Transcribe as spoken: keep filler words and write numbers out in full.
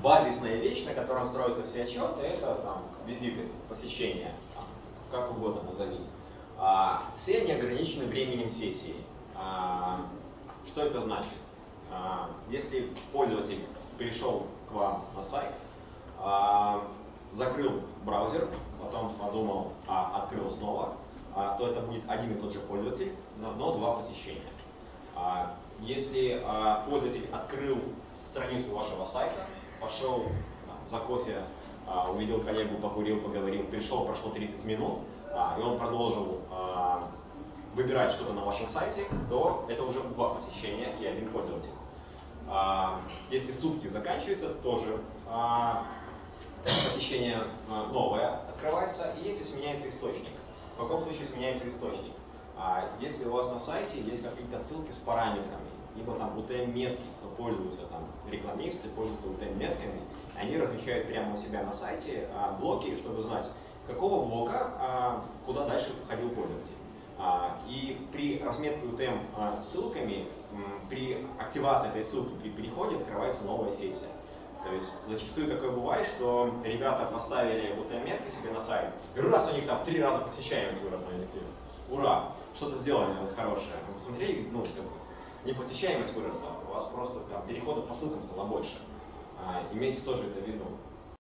базисная вещь, на которой строятся все отчеты, это там, визиты, посещения, там, как угодно назови. А, все они ограничены временем сессии. А, что это значит? А, если пользователь пришел к вам на сайт, а, закрыл браузер, потом подумал, а открыл снова, а, то это будет один и тот же пользователь, но два посещения. А, если а, пользователь открыл страницу вашего сайта, пошел там, за кофе, а, увидел коллегу, покурил, поговорил, пришел, прошло тридцать минут, а, и он продолжил а, выбирать что-то на вашем сайте, то это уже два посещения и один пользователь. А, если сутки заканчиваются, тоже а, посещение а, новое открывается, и если сменяется источник. В каком случае сменяется источник? А, если у вас на сайте есть какие-то ссылки с параметрами, либо там ю ти эм-метки, кто пользуется, там, рекламисты пользуются ю ти эм-метками, они размещают прямо у себя на сайте а, блоки, чтобы знать, с какого блока а, куда дальше ходил пользователь. А, и при разметке ю ти эм а, ссылками, м, при активации этой ссылки при переходе открывается новая сессия. То есть зачастую такое бывает, что ребята поставили ю ти эм-метки себе на сайт, и раз у них там в три раза посещаемость выросла, они такие, ура, что-то сделали хорошее. Мы посмотрели, ну, как бы, не посещаемость выросла, у вас просто там, переходов по ссылкам стало больше. А, имейте тоже это в виду.